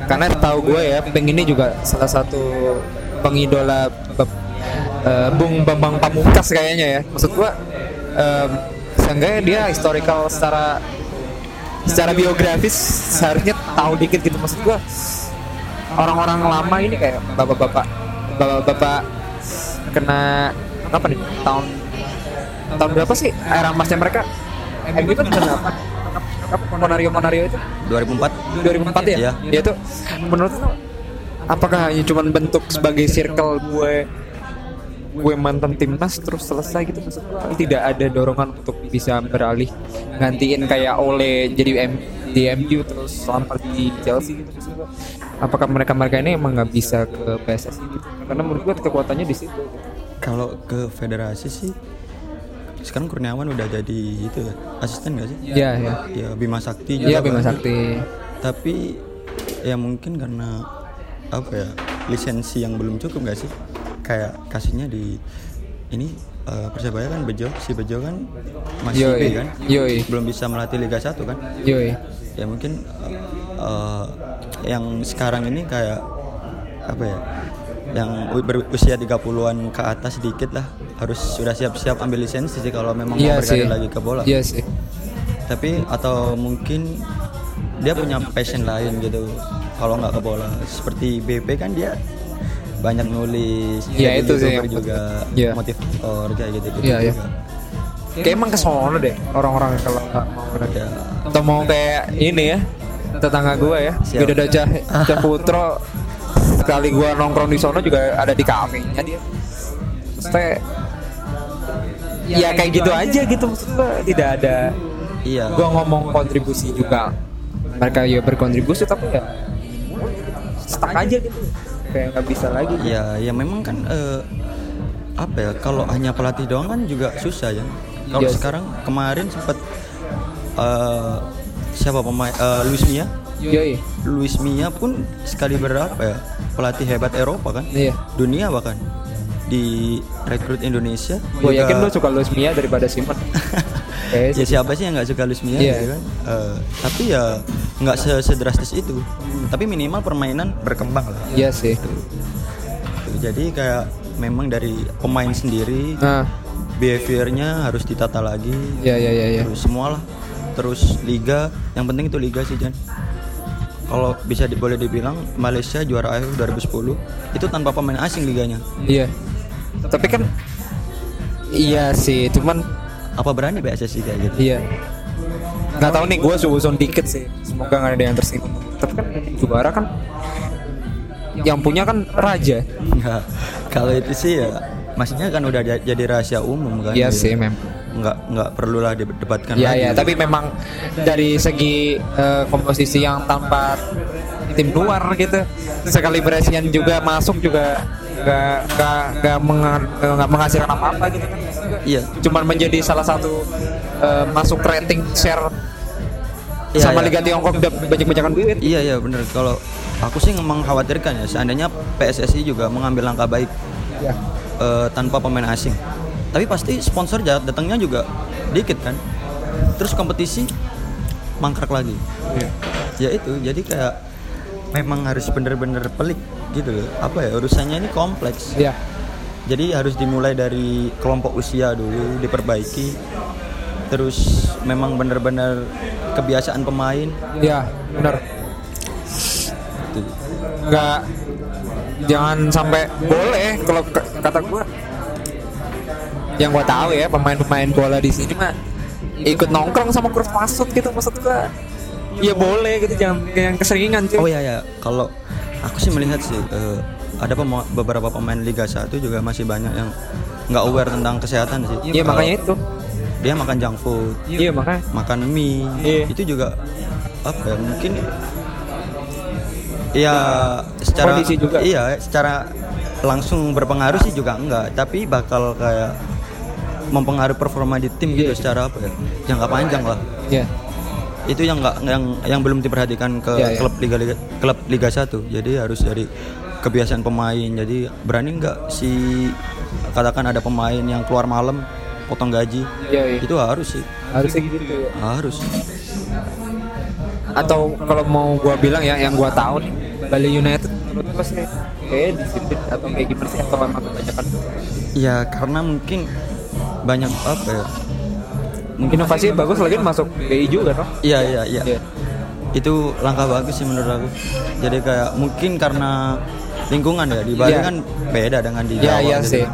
karena tahu gue ya Peng ini juga salah satu pengidola Bap- eh, Bung Bambang Pamungkas kayaknya ya. Maksud gue um, seenggaknya dia historical secara secara biografis seharusnya tahu dikit gitu. Maksud gue orang-orang lama ini kayak bapak-bapak bapak-bapak kena apa nih tahun tahun berapa sih era emasnya mereka? M U kan kenapa? Apa Monario Monario itu? dua ribu empat dua ribu empat ya? Iya. Ya itu menurut lu apakah hanya cuma bentuk sebagai circle gue gue mantan timnas terus selesai gitu? Maksud gue tidak ada dorongan untuk bisa beralih gantiin kayak Ole jadi M di M U terus Lampard di Chelsea gitu. Maksud gue, apakah mereka-mereka ini emang nggak bisa ke P S S I gitu? Karena menurut gue kekuatannya di situ. Kalau ke federasi sih sekarang Kurniawan udah jadi itu ya, asisten nggak sih? Iya, iya. Ya Bima Sakti juga. Iya, Bima kan. Sakti. Tapi ya mungkin karena apa ya, lisensi yang belum cukup nggak sih? Kayak kasihnya di ini uh, Persebaya kan Bejo, si Bejo kan masih Yoi. B kan, Yoi. belum bisa melatih Liga satu kan? Yoi. Ya mungkin uh, uh, yang sekarang ini kayak apa ya, yang u- berusia tiga puluhan ke atas sedikit lah, harus sudah siap-siap ambil lisensi sih kalau memang Iya mau berkarir sih. lagi ke bola. Iya sih. Tapi atau mungkin dia punya passion lain gitu kalau nggak ke bola, seperti B P kan dia banyak nulis, Iya, jadi itu sih YouTuber yang juga, Iya. motivator kayak gitu gitu. Iya, iya. Kayak emang kesono deh orang-orang kalau nggak mau Ya, atau mau kayak ini ya tetangga gue ya Siapa? Widodo Cah Cah Putro, sekali gue nongkrong di sono juga ada di kafenya dia. Maksudnya ya kayak gitu aja gitu, maksud gue tidak ada. iya. Gue ngomong kontribusi juga, mereka ya berkontribusi tapi ya stuck aja gitu, kayak nggak bisa lagi. Ya, ya memang kan eh, apa ya, kalau hanya pelatih doang kan juga susah ya. Kalau Yes. sekarang kemarin sempat eh, siapa pemain eh, Luis Mia, Yoi. Luis Mia pun sekali berapa ya pelatih hebat Eropa kan, Iya. dunia bahkan di rekrut Indonesia. Gue juga- yakin lo suka Luis Mia daripada Simon. Kayak Ya siapa sih yang nggak suka Luis Mia Iya. gitu kan? Eh, tapi ya nggak se- sedrastis itu. Tapi minimal permainan berkembang lah. Iya sih. Jadi kayak memang dari pemain sendiri, Nah, behaviornya harus ditata lagi. ya ya ya ya. Terus semua lah. Terus liga, yang penting itu liga sih Jan. Kalau bisa di, boleh dibilang Malaysia juara A F F dua ribu sepuluh itu tanpa pemain asing liganya. Iya. Tapi kan iya sih, cuman Apa berani P S S I kayak gitu? iya. Nggak tahu nih, gue suzon dikit sih. Semoga nggak ada yang tersinggung. Tapi kan juara kan yang punya kan raja. Nggak, kalau itu sih ya maksudnya kan udah ja- jadi rahasia umum kan. Iya gitu. sih, mem. Nggak nggak perlulah didebatkan Iya lagi. ya, tapi memang dari segi eh, komposisi yang tanpa tim luar gitu, sekali Brazilian juga masuk juga nggak nggak nggak menga- nggak menghasilkan apa-apa gitu kan. Iya. Cuman menjadi salah satu eh, masuk rating share Iya, sama iya. Liga Tiongkok dan banyak-banyakan duit. Iya iya benar. Kalau aku sih mengkhawatirkan ya seandainya P S S I juga mengambil langkah baik Ya. eh, tanpa pemain asing. Tapi pasti sponsor jat- datangnya juga dikit kan. Terus kompetisi mangkrak lagi. Iya. Ya itu jadi kayak memang harus bener-bener pelik gitu loh. Apa ya, urusannya ini kompleks. Iya. Jadi harus dimulai dari kelompok usia dulu diperbaiki. Terus memang bener-bener kebiasaan pemain. Iya, benar. Gitu. Nggak, jangan sampai boleh kalau k- kata gua. Yang gua tahu ya, pemain-pemain bola di sini mah ikut nongkrong sama kurus masuk gitu, maksud gua. Ya boleh gitu, jangan yang keseringan cuy. Oh iya ya, kalau aku sih melihat sih eh, ada pema- beberapa pemain Liga satu juga masih banyak yang nggak aware tentang kesehatan sih. Iya, Kalau makanya itu. dia makan junk food, Iya, makanya. makan mie, Iya. itu juga apa ya, mungkin ya secara Kondisi juga. iya secara langsung berpengaruh sih juga enggak, tapi bakal kayak mempengaruhi performa di tim gitu Iya. secara apa ya, jangka panjang lah. Iya. Itu yang nggak yang yang belum diperhatikan ke Ya, ya. klub liga, liga klub Liga satu. Jadi harus dari kebiasaan pemain. Jadi berani nggak si katakan ada pemain yang keluar malam potong gaji, Iya, iya. itu harus sih, Harusnya gitu ya. harus. Atau kalau mau gua bilang ya, yang gua tahu nih, Bali United menurut lo sih kayak disiplin atau kayak gimana sih atau memang kebanyakan Ya karena mungkin banyak apa ya? mungkin inovasinya bagus lagi masuk B I juga toh? Iya iya iya. Iya. Itu langkah bagus sih menurut aku. Jadi kayak mungkin karena lingkungan ya di Bali Iya. kan beda dengan di Iya Jawa. iya gitu. sih.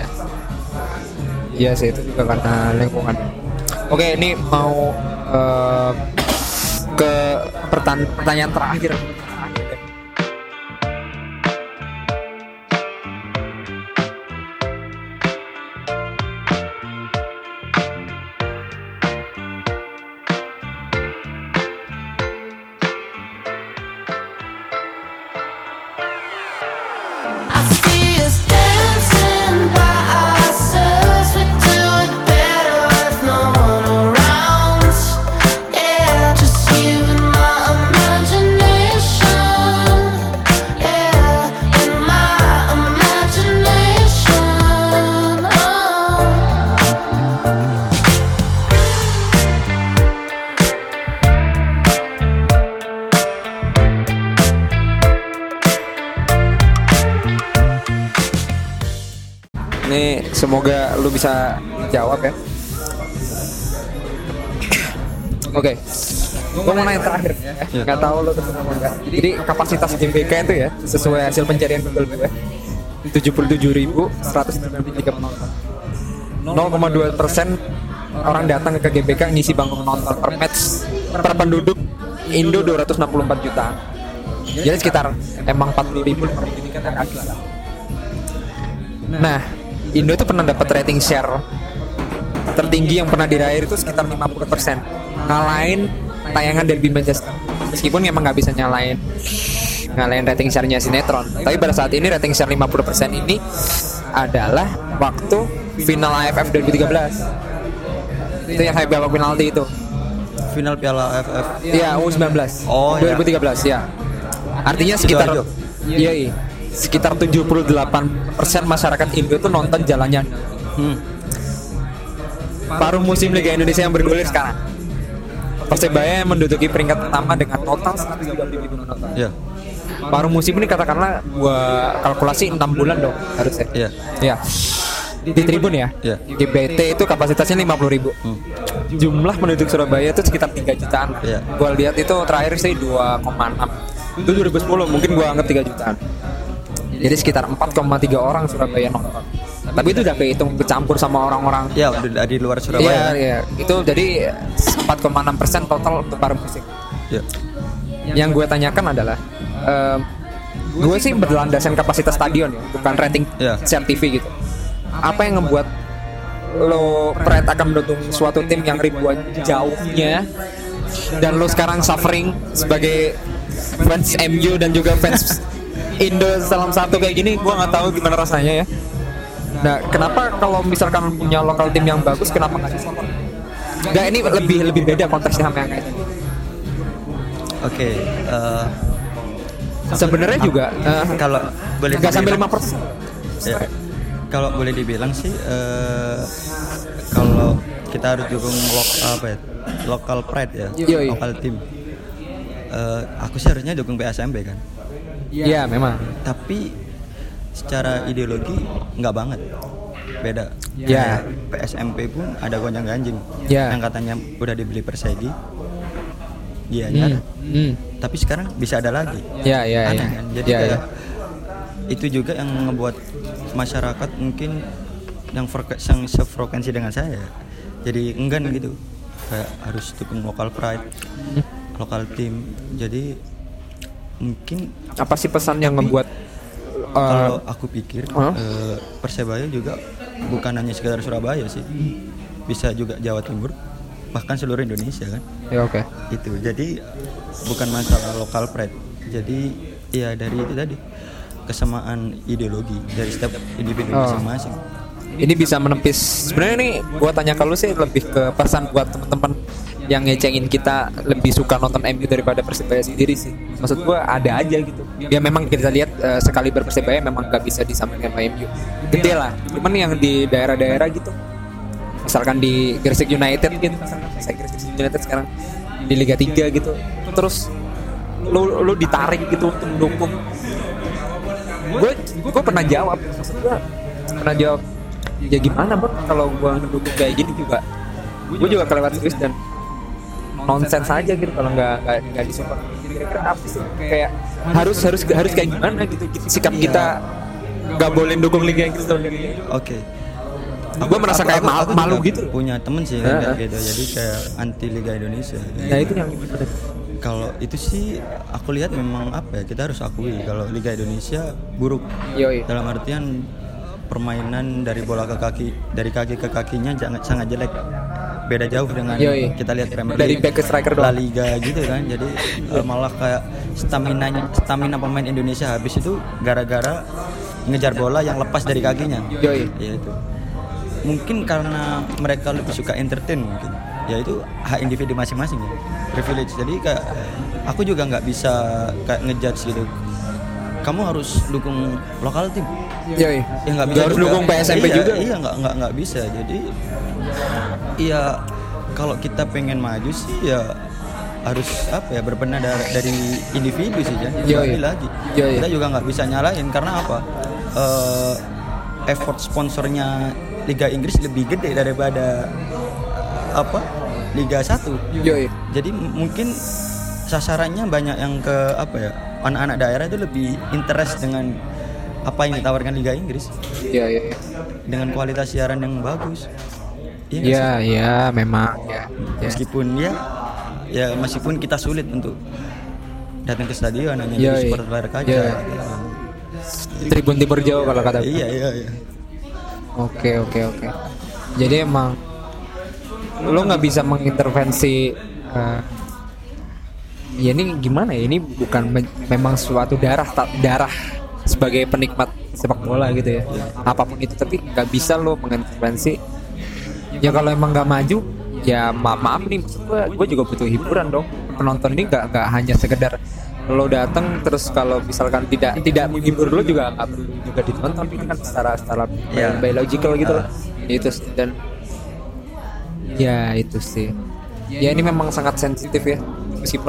Iya sih itu juga karena lingkungan. Oke ini mau eh, ke pertan- pertanyaan terakhir. I see us dancing by ourselves. We do it better with no one around. Yeah, just you and my imagination. Yeah, in my imagination. Oh. Ini semoga lu bisa jawab ya. Oke, gue mau nanya terakhir ya. Nggak tahu lu ketemu apa enggak. Jadi kapasitas G B K itu ya sesuai hasil pencarian Google gue tujuh puluh tujuh ribu seratus sembilan puluh tiga penonton. nol koma dua persen orang datang ke G B K ngisi bangku penonton per match per penduduk Indo dua ratus enam puluh empat juta. Jadi sekitar emang empat puluh ribu lima puluh tiket yang kaki lah. Nah, Indo itu pernah dapat rating share tertinggi yang pernah diraih itu sekitar lima puluh persen. Ngalahin tayangan Derby Manchester. Meskipun emang nggak bisa nyalain ngalahin rating share-nya sinetron. Tapi pada saat ini rating share lima puluh persen ini adalah waktu final A F F dua ribu tiga belas. Itu yang kayak babak penalti itu. Final Piala A F F. Iya, U sembilan belas. Oh, dua ribu tiga belas ya. Artinya sekitar aja. iya, iya. Sekitar tujuh puluh delapan persen masyarakat Indo itu nonton jalannya. Hmm. Paruh musim Liga Indonesia yang bergulir sekarang. Persebaya yang menduduki peringkat pertama dengan total seratus dua puluh ribu penonton. Ya. Paruh musim ini katakanlah gua kalkulasi enam bulan dong harusnya. Iya. Iya. Di tribun ya. Iya. G B T itu kapasitasnya lima puluh ribu. Hmm. Jumlah penduduk Surabaya itu sekitar tiga jutaan. Iya. Gua lihat itu terakhir sih dua koma enam. Itu dua ribu sepuluh mungkin gua anggap tiga jutaan. Jadi sekitar empat koma tiga orang Surabaya nonton. Tapi itu udah kehitung kecampur sama orang-orang. Ya udah di luar Iya, Surabaya. iya. Itu jadi empat koma enam persen total untuk paruh musik. Ya. Yang gue tanyakan adalah em, gue sih berlandaskan kapasitas stadion ya, bukan rating Iya. share T V gitu. Apa yang membuat lo Pride akan mendukung suatu tim yang ribuan jauhnya dan lo sekarang suffering sebagai fans M U dan juga fans Indo salam satu kayak gini, gue nggak tahu gimana rasanya ya. Nah, kenapa kalau misalkan punya lokal tim yang bagus, kenapa nggak support? Nggak, ini lebih lebih beda konteksnya sama yang kayak ini. Oke. eh, Sebenarnya juga eh, kalau boleh nggak sampai dibilang- lima persen. Ya. Kalau boleh dibilang sih eh, kalau kita harus dukung lo- apa ya, local pride ya, Yoi. lokal tim. Eh, aku sih harusnya dukung P S M P kan. Iya, memang. Tapi secara ideologi nggak banget, beda. Ya. Kayak P S M P pun ada gonjang ganjing Ya. yang katanya udah dibeli Persegi, iya Hmm. kan? Hmm. Tapi sekarang bisa ada lagi. Ya, ya, Aneh ya. kan? Jadi Ya, kayak ya. itu juga yang ngebuat masyarakat mungkin yang frek- yang sefrekuensi dengan saya, jadi enggan gitu, kayak harus dukung lokal pride, Hmm. lokal tim. Jadi mungkin Apa sih pesan yang membuat uh, kalau aku pikir Huh? eh, Persebaya juga bukan hanya sekedar Surabaya sih, bisa juga Jawa Timur, bahkan seluruh Indonesia kan. ya oke. Itu jadi bukan masalah lokal pride, jadi ya dari itu tadi kesamaan ideologi dari setiap individu Oh. masing-masing. Ini bisa menepis. Sebenarnya nih gua tanya ke lu sih lebih ke pesan buat teman-teman yang ngecengin kita lebih suka nonton M U daripada Persebaya sendiri sih. Maksud gua ada aja gitu. Ya memang kita lihat uh, sekali berpersebaya memang gak bisa disamakan sama M U. Gede lah. Cuman yang di daerah-daerah gitu. Misalkan di Gresik United gitu, misalkan saya Gresik United sekarang di Liga tiga gitu. Terus lu lu ditarik gitu untuk mendukung. Gue gue pernah jawab, maksud gue pernah jawab ya gimana bang kalau gue ngedukung kayak gini juga, gue juga kelewat serius dan nonsens aja gitu kalau nggak nggak nggak disupport. Kira-kira apa sih kayak harus harus harus kayak gimana gitu sikap kita nggak boleh dukung liga Inggris tahun ini. Oke. Gue merasa kayak mal- malu gitu. Punya temen sih Heeh. kayak gitu, jadi kayak anti Liga Indonesia. Nah itu yang gimana? Kalau itu sih aku lihat memang apa ya, kita harus akui kalau Liga Indonesia buruk. Yoi. Dalam artian permainan dari bola ke kaki, dari kaki ke kakinya sangat sangat jelek. Beda jauh dengan Yoi. kita lihat Premier Dari League, back ke striker La doang. Liga gitu kan. Jadi eh, malah kayak stamina stamina pemain Indonesia habis itu gara-gara ngejar bola yang lepas dari kakinya. Yoi. Ya itu. Mungkin karena mereka lebih suka entertain mungkin. Ya itu hak individu masing-masing ya. Privilege. Jadi kayak aku juga nggak bisa kayak ngejudge gitu. Kamu harus dukung lokal tim. Yoi. Ya nggak bisa. Gak harus juga. dukung P S M P iya, juga. Iya nggak nggak nggak bisa. Jadi iya kalau kita pengen maju sih ya harus apa ya berbenah dari, dari individu sih kan. Yoi. Kembali lagi. Yoi. Kita juga nggak bisa nyalain karena apa? Eh, effort sponsornya Liga Inggris lebih gede daripada apa Liga satu. Yoi. Jadi m- mungkin sasarannya banyak yang ke apa ya, anak-anak daerah itu lebih interest dengan apa yang ditawarkan Liga Inggris Iya iya. dengan kualitas siaran yang bagus. Iya nggak Iya sih? iya memang ya. Ya. Meskipun ya ya meskipun kita sulit untuk datang ke stadion hanya Iya, jadi iya. supporter layar kaca. Iya. Tribun Timur Jawa kalau kata. Iya iya iya. Oke oke oke. Jadi emang lo nggak bisa mengintervensi. eh, ya ini gimana ya? Ini bukan me- memang suatu darah tak darah sebagai penikmat sepak bola gitu ya. Apapun itu, tapi nggak bisa lo mengintervensi. Ya kalau emang nggak maju, ya ma- maaf nih, maksud gue, gue juga butuh hiburan dong. Penonton ini nggak nggak hanya sekedar lo datang terus kalau misalkan tidak tidak menghibur lo juga nggak perlu juga ditonton, itu kan secara secara Iya. biological gitu loh. Itu sih, dan ya itu sih. Ya ini memang sangat sensitif ya, meskipun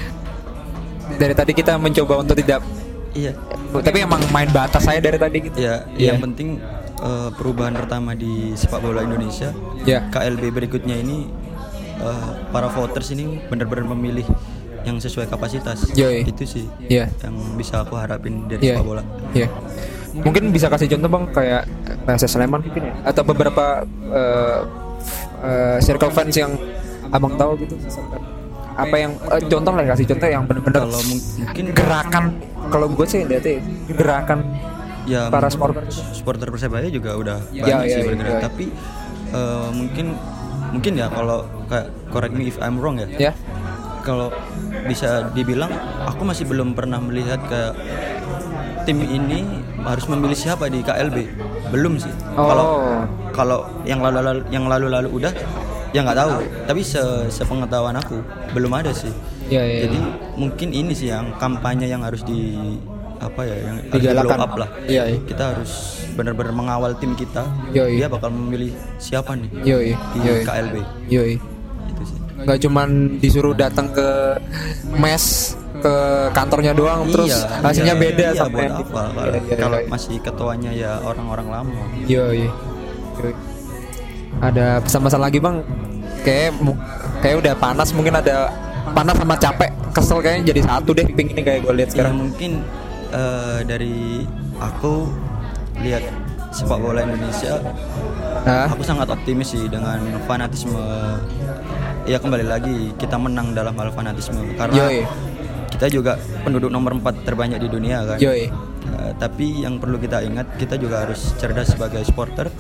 dari tadi kita mencoba untuk tidak, Iya. tapi emang main batas saya dari tadi gitu. Ya, Iya. yang penting eh, perubahan pertama di sepak bola Indonesia, Ya. K L B berikutnya ini eh, para voters ini benar-benar memilih yang sesuai kapasitas. Yoi. Itu sih Iya. yang bisa aku harapin dari Iya. sepak bola. Iya. Mungkin bisa kasih contoh bang kayak P S S Sleman mungkin ya, atau beberapa eh, eh, circle fans yang abang tahu gitu. Apa yang eh, contoh lah, kasih contoh yang benar-benar Kalau mung- mungkin gerakan, kalau gue sih lihatnya gerakan ya para mungkin supporter. supporter Persebaya juga udah Ya, banyak ya, sih ya, bergerak. ya. Tapi eh, mungkin mungkin ya kalau kayak correct me if I'm wrong ya. Ya. Kalau bisa dibilang aku masih belum pernah melihat kayak tim ini harus memilih siapa di K L B. Belum sih. Oh. Kalau kalau yang lalu-lalu yang lalu-lalu udah ya nggak tahu. Tapi se sepengetahuan aku belum ada sih. Ya, ya, Jadi ya. mungkin ini sih yang kampanye yang harus di apa ya yang harus di Digalakan. blow up lah. Iya, iya. Kita harus benar-benar mengawal tim kita. Yoi. Dia bakal memilih siapa nih Yoi. di Yoi. K L B. Yoi. Itu sih. Nggak cuman disuruh datang ke mes, ke kantornya doang, terus hasilnya iya, beda iya, sama buat yang di- apa kalau, Iya, iya, kalau iya. masih ketuanya ya orang-orang lama. Yoi. Yoi. Ada pesan-pesan lagi bang? Kayak mu- kayak udah panas, mungkin ada panas sama capek, kesel kayaknya jadi satu deh ping ini kayak gue lihat Yang sekarang. mungkin eh, dari aku lihat sepak bola Indonesia, Hah? aku sangat optimis sih dengan fanatisme. Ya kembali lagi kita menang dalam hal fanatisme karena Yoi. kita juga penduduk nomor empat terbanyak di dunia kan. Yoi. Eh, tapi yang perlu kita ingat, kita juga harus cerdas sebagai supporter.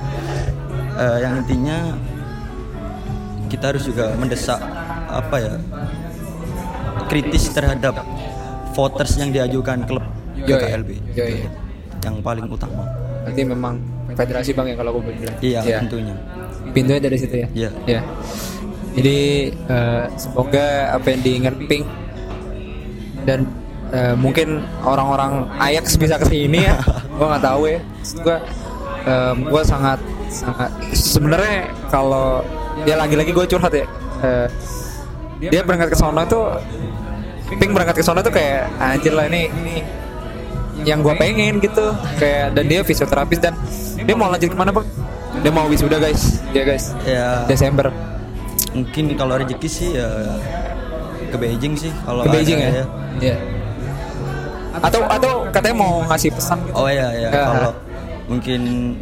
Eh, yang intinya kita harus juga mendesak apa ya, kritis terhadap voters yang diajukan klub ke Yoi. K L B. Yoi. Itu yang paling utama. Berarti memang federasi bang ya kalau gue bilang. Iya, Ya. tentunya. Pintunya dari situ ya. Iya. Ya. Jadi eh, semoga apa yang diingat Pink dan eh, mungkin orang-orang Ajax bisa kesini ya. Gue nggak tahu ya. Gue gue sangat sangat sebenarnya kalau dia lagi-lagi gue curhat ya. Eh, dia berangkat ke sana tuh Pink berangkat ke sana tuh kayak anjir lah ini ini yang gue pengen gitu kayak, dan dia fisioterapis dan dia mau lanjut kemana bang? Dia mau wisuda guys, ya guys, Ya Desember mungkin kalau rezeki sih ya ke Beijing sih kalau ke Beijing ada ya. Iya. Atau atau katanya mau ngasih pesan gitu. Oh ya ya Ya. kalau mungkin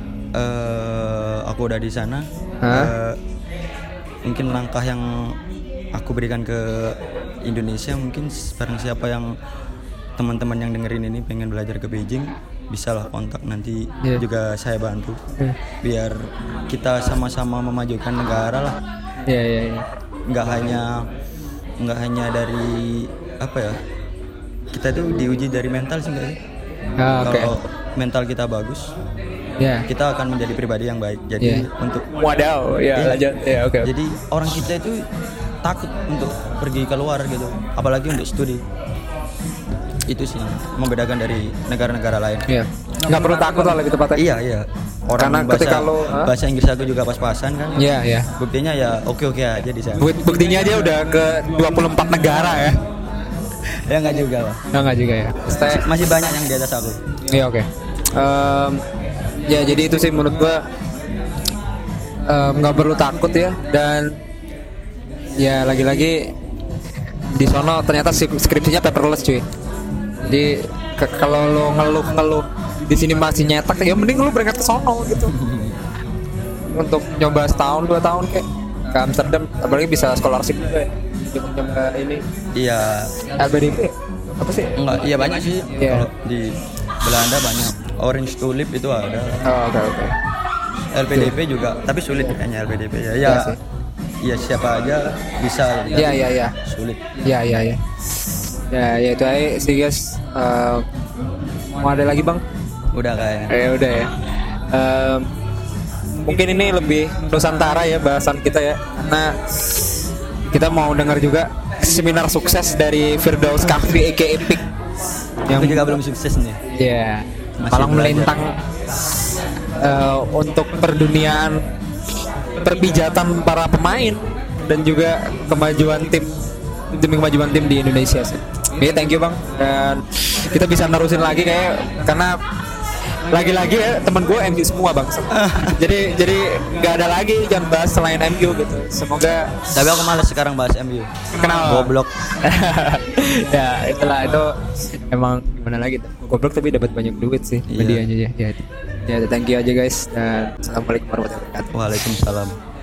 eh, aku udah di sana, Hah? eh, mungkin langkah yang aku berikan ke Indonesia mungkin barang siapa yang teman-teman yang dengerin ini pengen belajar ke Beijing bisa lah kontak nanti Iya. juga saya bantu Iya. biar kita sama-sama memajukan negara lah, Iya iya iya. nggak hanya nggak hanya dari apa ya, kita tuh diuji dari mental sih nggak sih? Ah, oke. Kalau mental kita bagus Ya. kita akan menjadi pribadi yang baik. Jadi Iya. untuk Wadaw, ya Iya. lanjut. Ya oke. jadi orang kita itu takut untuk pergi keluar gitu, apalagi untuk studi. Itu sih yang membedakan dari negara-negara lain. Iya. Nggak perlu takut lah lebih tepatnya. Iya iya. Orang Karena bahasa, ketika lo, hah? bahasa Inggris aku juga pas-pasan kan. Iya iya. Buktinya ya oke-oke aja di sana. Buk- Buktinya dia udah ke dua puluh empat negara ya. Ya nggak juga lah. Nah, enggak juga ya. Masih, masih banyak yang di atas aku. Iya oke. Em, ya jadi itu sih menurut gua em, nggak perlu takut ya, dan ya lagi-lagi di sono ternyata skrip- skripsinya paperless cuy. Jadi ke- kalau lo ngeluh-ngeluh di sini masih nyetak ya mending lo berangkat ke sono gitu. Untuk nyoba setahun dua tahun kayak ke Amsterdam, apalagi bisa scholarship juga ya. Nyoba ini Iya. L B D P apa sih? Enggak, iya banyak sih. Iya. Kalau di Belanda banyak. Orange Tulip itu ada. Oh, oke oke. L P D P juga, tapi sulit kayaknya L P D P ya. Ya, Iya sih. ya siapa aja bisa. Iya iya iya. Sulit. Ya ya ya. Ya ya itu aja sih guys. Eh, mau ada lagi bang? Udah kayaknya. Eh udah ya. Em, mungkin ini lebih Nusantara ya bahasan kita ya, karena kita mau dengar juga seminar sukses dari Firdaus Kahfi A K A Pik Yang juga belum sukses nih. ya Masih malang belajar. melintang eh, untuk perduniaan perpijatan para pemain dan juga kemajuan tim demi kemajuan tim di Indonesia sih. Oke, thank you bang, dan kita bisa nerusin lagi kayak karena lagi-lagi ya temen gue M U semua bang. jadi jadi nggak ada lagi jangan bahas selain M U gitu. Semoga Tapi aku malas sekarang bahas M U. kenapa? Goblok. Ya itulah itu emang gimana lagi tuh. Goblok tapi dapat banyak duit sih Iya. medianya ya. Ya, ya thank you aja guys, dan assalamualaikum warahmatullahi wabarakatuh. Waalaikumsalam.